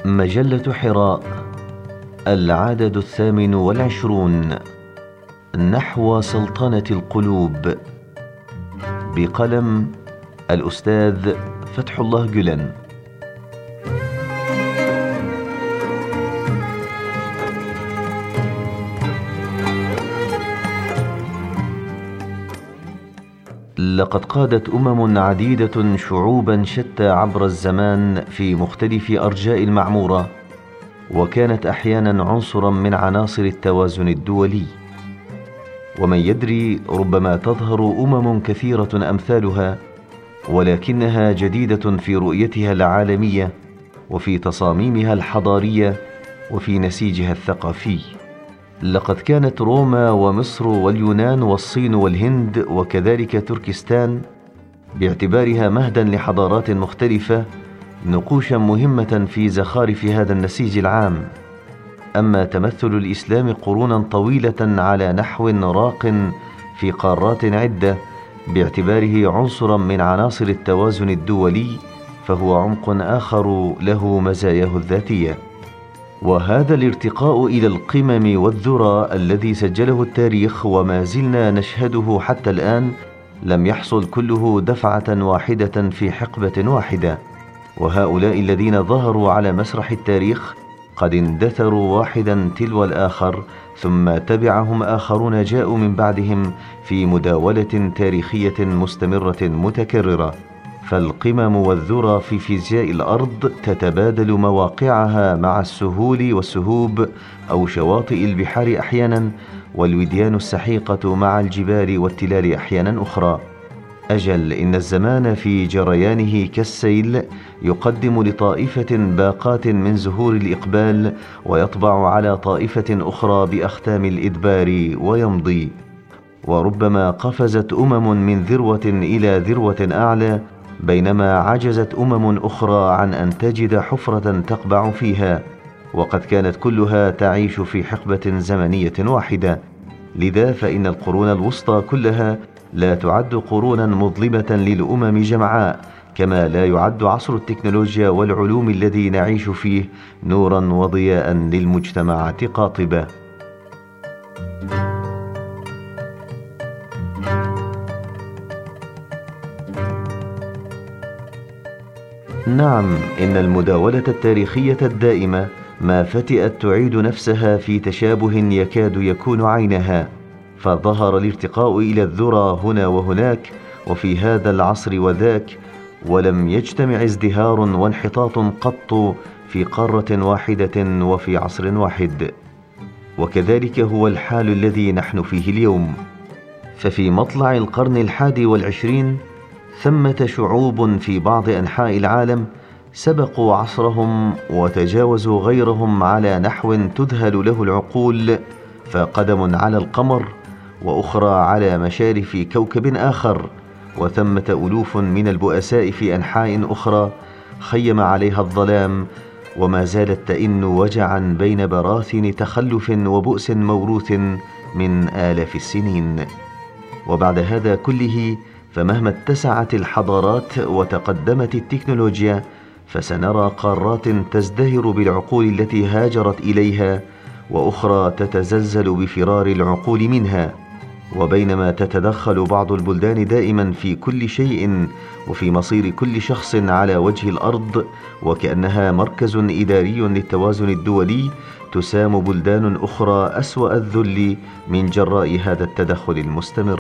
مجلة حراء، العدد 28، نحو سلطنة القلوب، بقلم الأستاذ فتح الله جلن. لقد قادت عديدة شعوبا شتى عبر الزمان في مختلف أرجاء المعمورة، وكانت أحيانا عنصرا من عناصر التوازن الدولي. ومن يدري، ربما تظهر كثيرة أمثالها، ولكنها جديدة في رؤيتها العالمية، وفي تصاميمها الحضارية، وفي نسيجها الثقافي. لقد كانت روما ومصر واليونان والصين والهند وكذلك تركستان، باعتبارها مهدا لحضارات مختلفة، نقوشا مهمة في زخارف هذا النسيج العام. أما تمثل الإسلام قرونا طويلة على نحو راق في قارات عدة، باعتباره عنصرا من عناصر التوازن الدولي، فهو عمق آخر له مزاياه الذاتية. وهذا الارتقاء إلى القمم والذرى الذي سجله التاريخ وما زلنا نشهده حتى الآن، لم يحصل كله دفعة واحدة في حقبة واحدة. وهؤلاء الذين ظهروا على مسرح التاريخ قد اندثروا واحدا تلو الآخر، ثم تبعهم آخرون جاءوا من بعدهم في مداولة تاريخية مستمرة متكررة. فالقمم والذرى في فيزياء الأرض تتبادل مواقعها مع السهول والسهوب أو شواطئ البحار أحيانا، والوديان السحيقة مع الجبال والتلال أحيانا أخرى. أجل، إن الزمان في جريانه كالسيل يقدم لطائفة باقات من زهور الإقبال، ويطبع على طائفة أخرى بأختام الإدبار ويمضي. وربما قفزت من ذروة إلى ذروة أعلى، بينما عجزت أخرى عن أن تجد حفرة تقبع فيها، وقد كانت كلها تعيش في حقبة زمنية واحدة. لذا فإن القرون الوسطى كلها لا تعد قرونا مظلمة للأمم جمعاء، كما لا يعد عصر التكنولوجيا والعلوم الذي نعيش فيه نورا وضياء للمجتمعات قاطبة. نعم، إن المداولة التاريخية الدائمة ما فتئت تعيد نفسها في تشابه يكاد يكون عينها، فظهر الارتقاء إلى الذرى هنا وهناك وفي هذا العصر وذاك، ولم يجتمع ازدهار وانحطاط قط في قارة واحدة وفي عصر واحد. وكذلك هو الحال الذي نحن فيه اليوم. ففي مطلع القرن 21 ثمة شعوب في بعض أنحاء العالم سبقوا عصرهم وتجاوزوا غيرهم على نحو تذهل له العقول، فقدم على القمر، وأخرى على مشارف كوكب آخر، وثمة ألوف من البؤساء في أنحاء أخرى خيم عليها الظلام، وما زالت تئن وجعا بين براثن تخلف وبؤس موروث من آلاف السنين. وبعد هذا كله، فمهما اتسعت الحضارات وتقدمت التكنولوجيا، فسنرى قارات تزدهر بالعقول التي هاجرت إليها، وأخرى تتزلزل بفرار العقول منها. وبينما تتدخل بعض البلدان دائما في كل شيء وفي مصير كل شخص على وجه الأرض، وكأنها مركز إداري للتوازن الدولي، تسام بلدان أخرى أسوأ الذل من جراء هذا التدخل المستمر.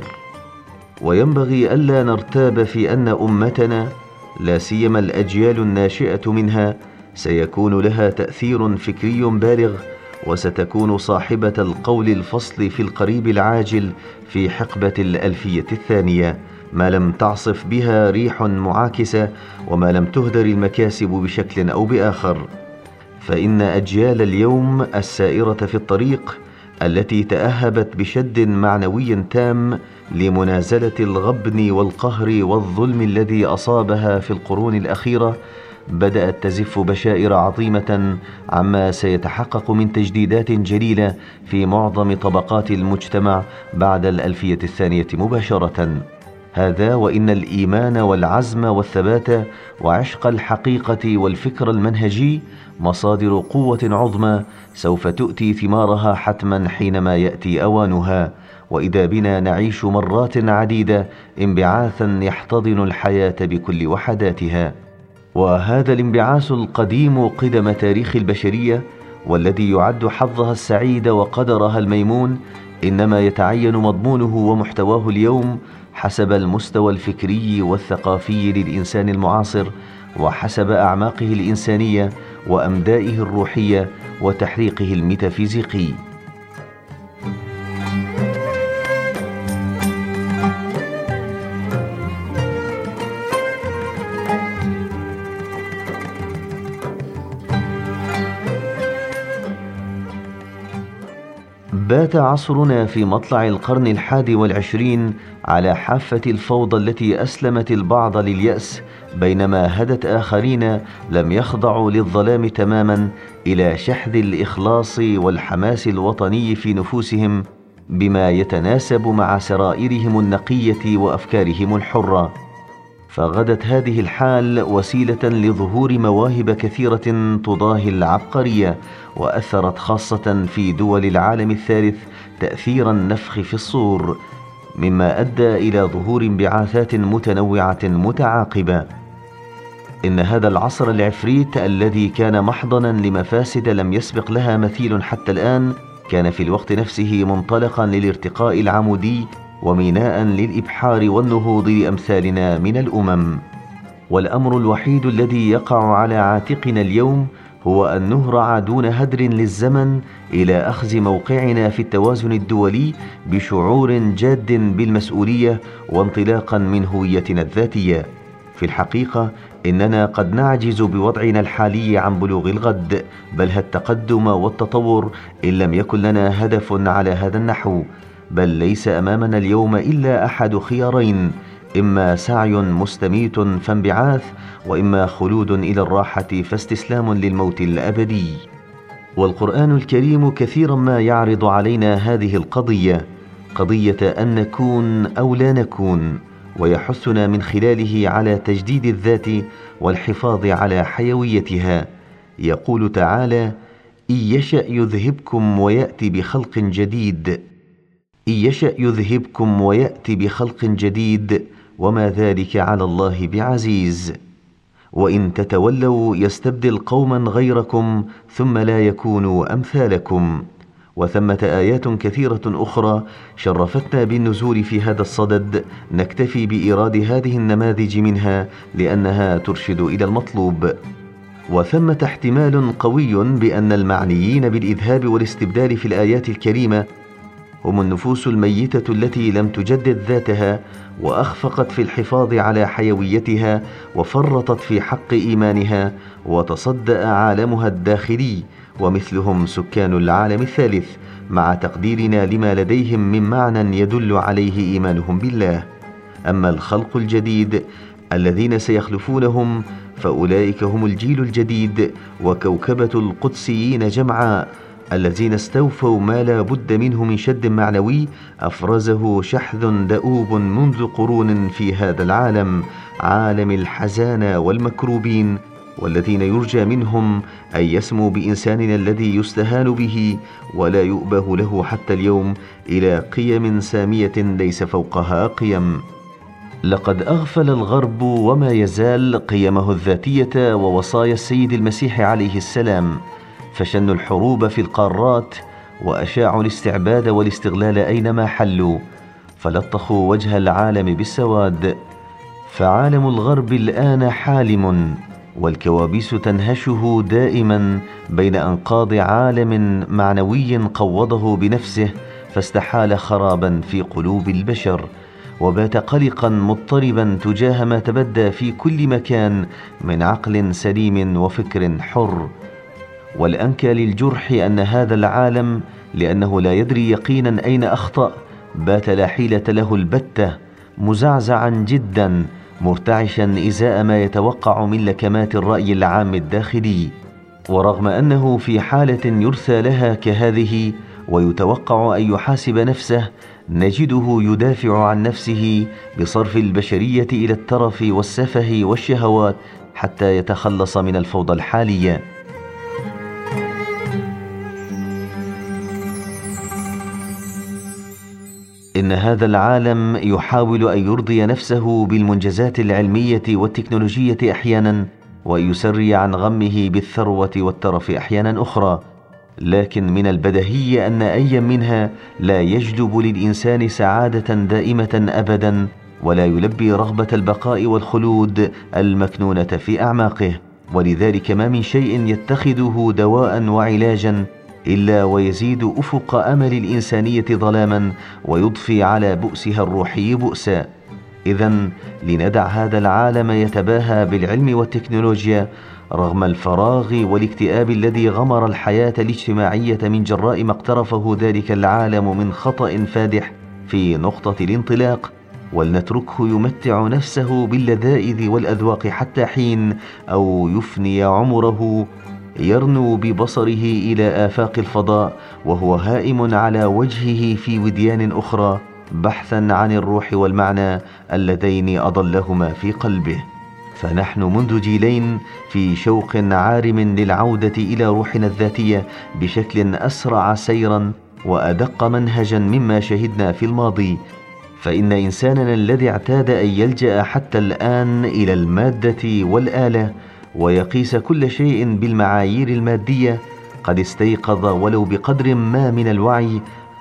وينبغي ألا نرتاب في أن أمتنا، لا سيما الأجيال الناشئة منها، سيكون لها تأثير فكري بالغ، وستكون صاحبة القول الفصل في القريب العاجل في حقبة الألفية الثانية، ما لم تعصف بها ريح معاكسة، وما لم تهدر المكاسب بشكل أو بآخر. فإن أجيال اليوم السائرة في الطريق، التي تأهبت بشد معنوي تام لمنازلة الغبن والقهر والظلم الذي أصابها في القرون الأخيرة، بدأت تزف بشائر عظيمة عما سيتحقق من تجديدات جليلة في معظم طبقات المجتمع بعد الألفية الثانية مباشرة. هذا وإن الإيمان والعزم والثبات وعشق الحقيقة والفكر المنهجي مصادر قوة عظمى سوف تؤتي ثمارها حتما حينما يأتي أوانها، وإذا بنا نعيش مرات عديدة انبعاثا يحتضن الحياة بكل وحداتها. وهذا الانبعاث القديم قدم تاريخ البشرية والذي يعد حظها السعيد وقدرها الميمون، إنما يتعين مضمونه ومحتواه اليوم حسب المستوى الفكري والثقافي للإنسان المعاصر، وحسب أعماقه الإنسانية وأمدائه الروحية وتحريقه الميتافيزيقي. بات عصرنا في مطلع القرن 21 على حافة الفوضى التي أسلمت البعض لليأس، بينما هدت آخرين لم يخضعوا للظلام تماما إلى شحذ الإخلاص والحماس الوطني في نفوسهم بما يتناسب مع سرائرهم النقية وأفكارهم الحرة. فغدت هذه الحال وسيلة لظهور مواهب كثيرة تضاهي العبقرية، وأثرت خاصة في دول العالم الثالث تأثير النفخ في الصور، مما أدى إلى ظهور انبعاثات متنوعة متعاقبة. إن هذا العصر العفريت الذي كان محضنا لمفاسد لم يسبق لها مثيل حتى الآن، كان في الوقت نفسه منطلقا للارتقاء العمودي وميناء للإبحار والنهوض لأمثالنا من الأمم. والأمر الوحيد الذي يقع على عاتقنا اليوم هو أن نهرع دون هدر للزمن إلى أخذ موقعنا في التوازن الدولي بشعور جاد بالمسؤولية وانطلاقا من هويتنا الذاتية. في الحقيقة إننا قد نعجز بوضعنا الحالي عن بلوغ الغد، بل التقدم والتطور إن لم يكن لنا هدف على هذا النحو. بل ليس أمامنا اليوم إلا أحد خيارين: إما سعي مستميت فانبعاث، وإما خلود إلى الراحة فاستسلام للموت الأبدي. والقرآن الكريم كثيرا ما يعرض علينا هذه القضية، قضية أن نكون أو لا نكون، ويحثنا من خلاله على تجديد الذات والحفاظ على حيويتها. يقول تعالى: إن يشأ يذهبكم ويأتي بخلق جديد، إن يشأ يذهبكم ويأتي بخلق جديد وما ذلك على الله بعزيز، وإن تتولوا يستبدل قوما غيركم ثم لا يكونوا أمثالكم. وثمة آيات كثيرة أخرى شرفتنا بالنزول في هذا الصدد، نكتفي بإيراد هذه النماذج منها لأنها ترشد إلى المطلوب. وثمة احتمال قوي بأن المعنيين بالإذهاب والاستبدال في الآيات الكريمة هم النفوس الميتة التي لم تجدد ذاتها وأخفقت في الحفاظ على حيويتها وفرطت في حق إيمانها وتصدأ عالمها الداخلي، ومثلهم سكان العالم الثالث، مع تقديرنا لما لديهم من معنى يدل عليه إيمانهم بالله. أما الخلق الجديد الذين سيخلفونهم فأولئك هم الجيل الجديد وكوكبة القدسيين جمعاء، الذين استوفوا ما لا بد منه من شد معنوي أفرزه شحذ دؤوب منذ قرون في هذا العالم، عالم الحزانى والمكروبين، والذين يرجى منهم أن يسموا بإنساننا الذي يستهان به ولا يؤبه له حتى اليوم إلى قيم سامية ليس فوقها قيم. لقد أغفل الغرب وما يزال قيمه الذاتية ووصايا السيد المسيح عليه السلام، فشنوا الحروب في القارات وأشاعوا الاستعباد والاستغلال أينما حلوا، فلطخوا وجه العالم بالسواد. فعالم الغرب الآن حالم، والكوابيس تنهشه دائما بين أنقاض عالم معنوي قوضه بنفسه فاستحال خرابا في قلوب البشر، وبات قلقا مضطربا تجاه ما تبدى في كل مكان من عقل سليم وفكر حر. والأنكى للجرح أن هذا العالم لأنه لا يدري يقينا أين أخطأ بات لا حيلة له البتة، مزعزعا جدا، مرتعشا إزاء ما يتوقع من لكمات الرأي العام الداخلي. ورغم أنه في حالة يرثى لها كهذه ويتوقع أن يحاسب نفسه نجده يدافع عن نفسه بصرف البشرية إلى الترف والسفه والشهوات حتى يتخلص من الفوضى الحالية. إن هذا العالم يحاول أن يرضي نفسه بالمنجزات العلمية والتكنولوجية أحيانا، ويسري عن غمه بالثروة والترف أحيانا أخرى، لكن من البديهي أن أي منها لا يجلب للإنسان سعادة دائمة أبدا، ولا يلبي رغبة البقاء والخلود المكنونة في أعماقه. ولذلك ما من شيء يتخذه دواء وعلاجا إلا ويزيد أفق أمل الإنسانية ظلاما، ويضفي على بؤسها الروحي بؤسا. إذن لندع هذا العالم يتباهى بالعلم والتكنولوجيا رغم الفراغ والاكتئاب الذي غمر الحياة الاجتماعية من جراء ما اقترفه ذلك العالم من خطأ فادح في نقطة الانطلاق، ولنتركه يمتع نفسه باللذائذ والأذواق حتى حين، أو يفني عمره يرنو ببصره إلى آفاق الفضاء وهو هائم على وجهه في وديان أخرى بحثا عن الروح والمعنى اللذين أضلهما في قلبه. فنحن منذ جيلين في شوق عارم للعودة إلى روحنا الذاتية بشكل أسرع سيرا وأدق منهجا مما شهدنا في الماضي. فإن إنساننا الذي اعتاد أن يلجأ حتى الآن إلى المادة والآلة ويقيس كل شيء بالمعايير المادية قد استيقظ ولو بقدر ما من الوعي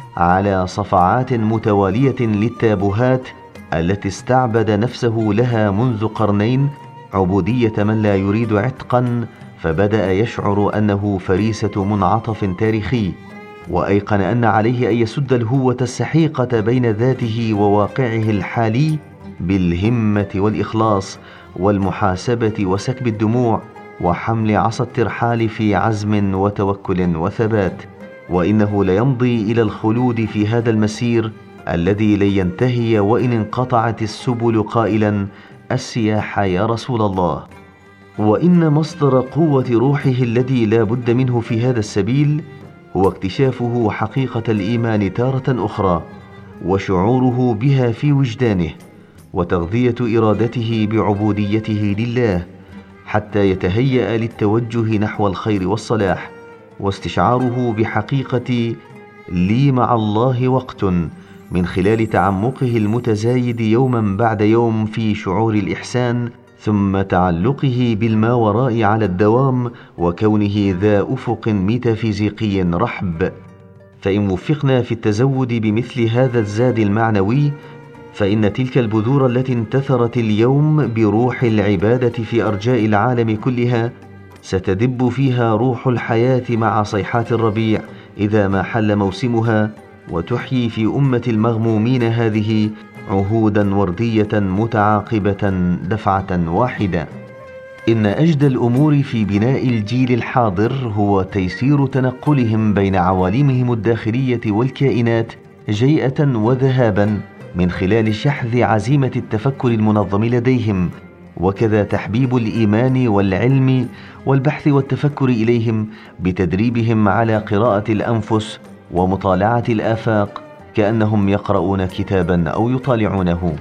على صفعات متوالية للتابوهات التي استعبد نفسه لها منذ قرنين، عبودية من لا يريد عتقا، فبدأ يشعر أنه فريسة منعطف تاريخي، وأيقن أن عليه أن يسد الهوة السحيقة بين ذاته وواقعه الحالي بالهمة والإخلاص والمحاسبة وسكب الدموع وحمل عصا الترحال في عزم وتوكل وثبات. وإنه ليمضي إلى الخلود في هذا المسير الذي لن ينتهي وإن انقطعت السبل، قائلا: السياح يا رسول الله. وإن مصدر قوة روحه الذي لا بد منه في هذا السبيل هو اكتشافه حقيقة الإيمان تارة أخرى، وشعوره بها في وجدانه، وتغذية إرادته بعبوديته لله حتى يتهيأ للتوجه نحو الخير والصلاح، واستشعاره بحقيقة لي مع الله وقت من خلال تعمقه المتزايد يوما بعد يوم في شعور الإحسان، ثم تعلقه بالماوراء على الدوام وكونه ذا أفق ميتافيزيقي رحب. فإن وفقنا في التزود بمثل هذا الزاد المعنوي، فإن تلك البذور التي انتثرت اليوم بروح العبادة في أرجاء العالم كلها ستدب فيها روح الحياة مع صيحات الربيع إذا ما حل موسمها، وتحيي في أمة المغمومين هذه عهودا وردية متعاقبة دفعة واحدة. إن أجدى الأمور في بناء الجيل الحاضر هو تيسير تنقلهم بين عوالمهم الداخلية والكائنات جيئة وذهابا من خلال شحذ عزيمة التفكر المنظم لديهم، وكذا تحبيب الإيمان والعلم والبحث والتفكر إليهم بتدريبهم على قراءة الأنفس ومطالعة الآفاق كأنهم يقرؤون كتابا أو يطالعونه.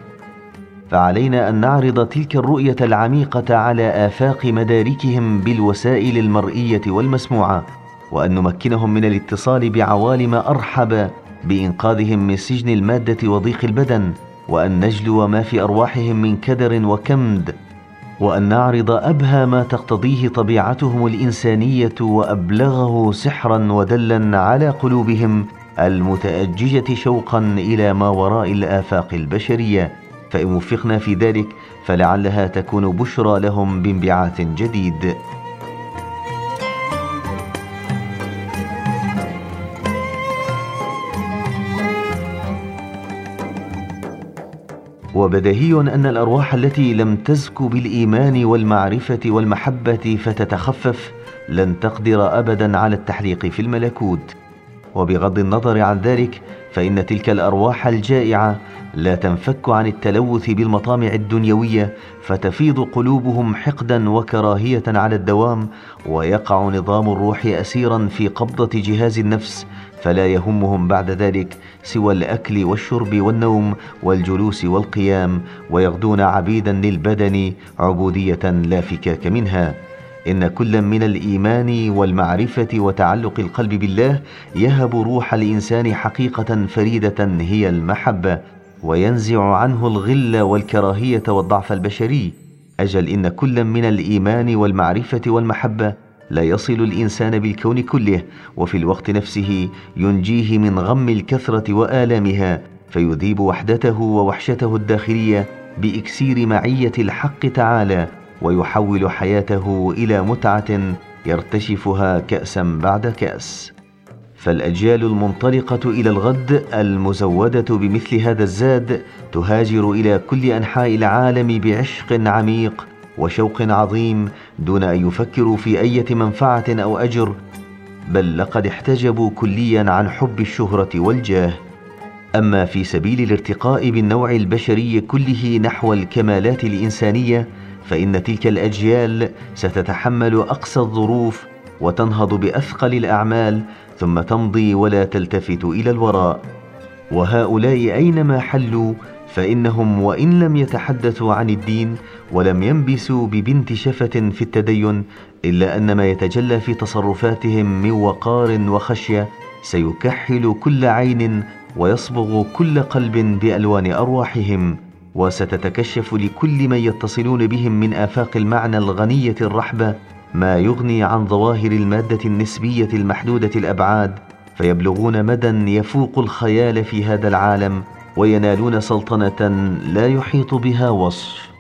فعلينا أن نعرض تلك الرؤية العميقة على آفاق مداركهم بالوسائل المرئية والمسموعة، وأن نمكنهم من الاتصال بعوالم أرحب بإنقاذهم من سجن المادة وضيق البدن، وأن نجلو ما في أرواحهم من كدر وكمد، وأن نعرض أبهى ما تقتضيه طبيعتهم الإنسانية وأبلغه سحرا ودلا على قلوبهم المتأججة شوقا إلى ما وراء الآفاق البشرية. فإن وفقنا في ذلك فلعلها تكون بشرى لهم بانبعاث جديد. وبديهي أن الأرواح التي لم تزك بالإيمان والمعرفة والمحبة فتتخفف لن تقدر أبدا على التحليق في الملكوت. وبغض النظر عن ذلك فإن تلك الأرواح الجائعة لا تنفك عن التلوث بالمطامع الدنيوية، فتفيض قلوبهم حقدا وكراهية على الدوام، ويقع نظام الروح أسيرا في قبضة جهاز النفس، فلا يهمهم بعد ذلك سوى الأكل والشرب والنوم والجلوس والقيام، ويغدون عبيدا للبدن عبودية لا فكاك منها. إن كل من الإيمان والمعرفة وتعلق القلب بالله يهب روح الإنسان حقيقة فريدة هي المحبة، وينزع عنه الغل والكراهية والضعف البشري. أجل إن كل من الإيمان والمعرفة والمحبة لا يصل الإنسان بالكون كله، وفي الوقت نفسه ينجيه من غم الكثرة وآلامها، فيذيب وحدته ووحشته الداخلية بإكسير معية الحق تعالى، ويحول حياته إلى متعة يرتشفها كأسا بعد كأس. فالأجيال المنطلقة إلى الغد المزودة بمثل هذا الزاد تهاجر إلى كل أنحاء العالم بعشق عميق وشوق عظيم، دون أن يفكروا في أي منفعة أو أجر، بل لقد احتجبوا كليا عن حب الشهرة والجاه. أما في سبيل الارتقاء بالنوع البشري كله نحو الكمالات الإنسانية، فإن تلك الأجيال ستتحمل أقصى الظروف وتنهض بأثقل الأعمال، ثم تمضي ولا تلتفت إلى الوراء. وهؤلاء أينما حلوا فإنهم وإن لم يتحدثوا عن الدين ولم ينبسوا ببنت شفة في التدين، إلا أن ما يتجلى في تصرفاتهم من وقار وخشية سيكحل كل عين ويصبغ كل قلب بألوان أرواحهم، وستتكشف لكل من يتصلون بهم من آفاق المعنى الغنية الرحبة ما يغني عن ظواهر المادة النسبية المحدودة الأبعاد، فيبلغون مدى يفوق الخيال في هذا العالم، وينالون سلطنة لا يحيط بها وصف.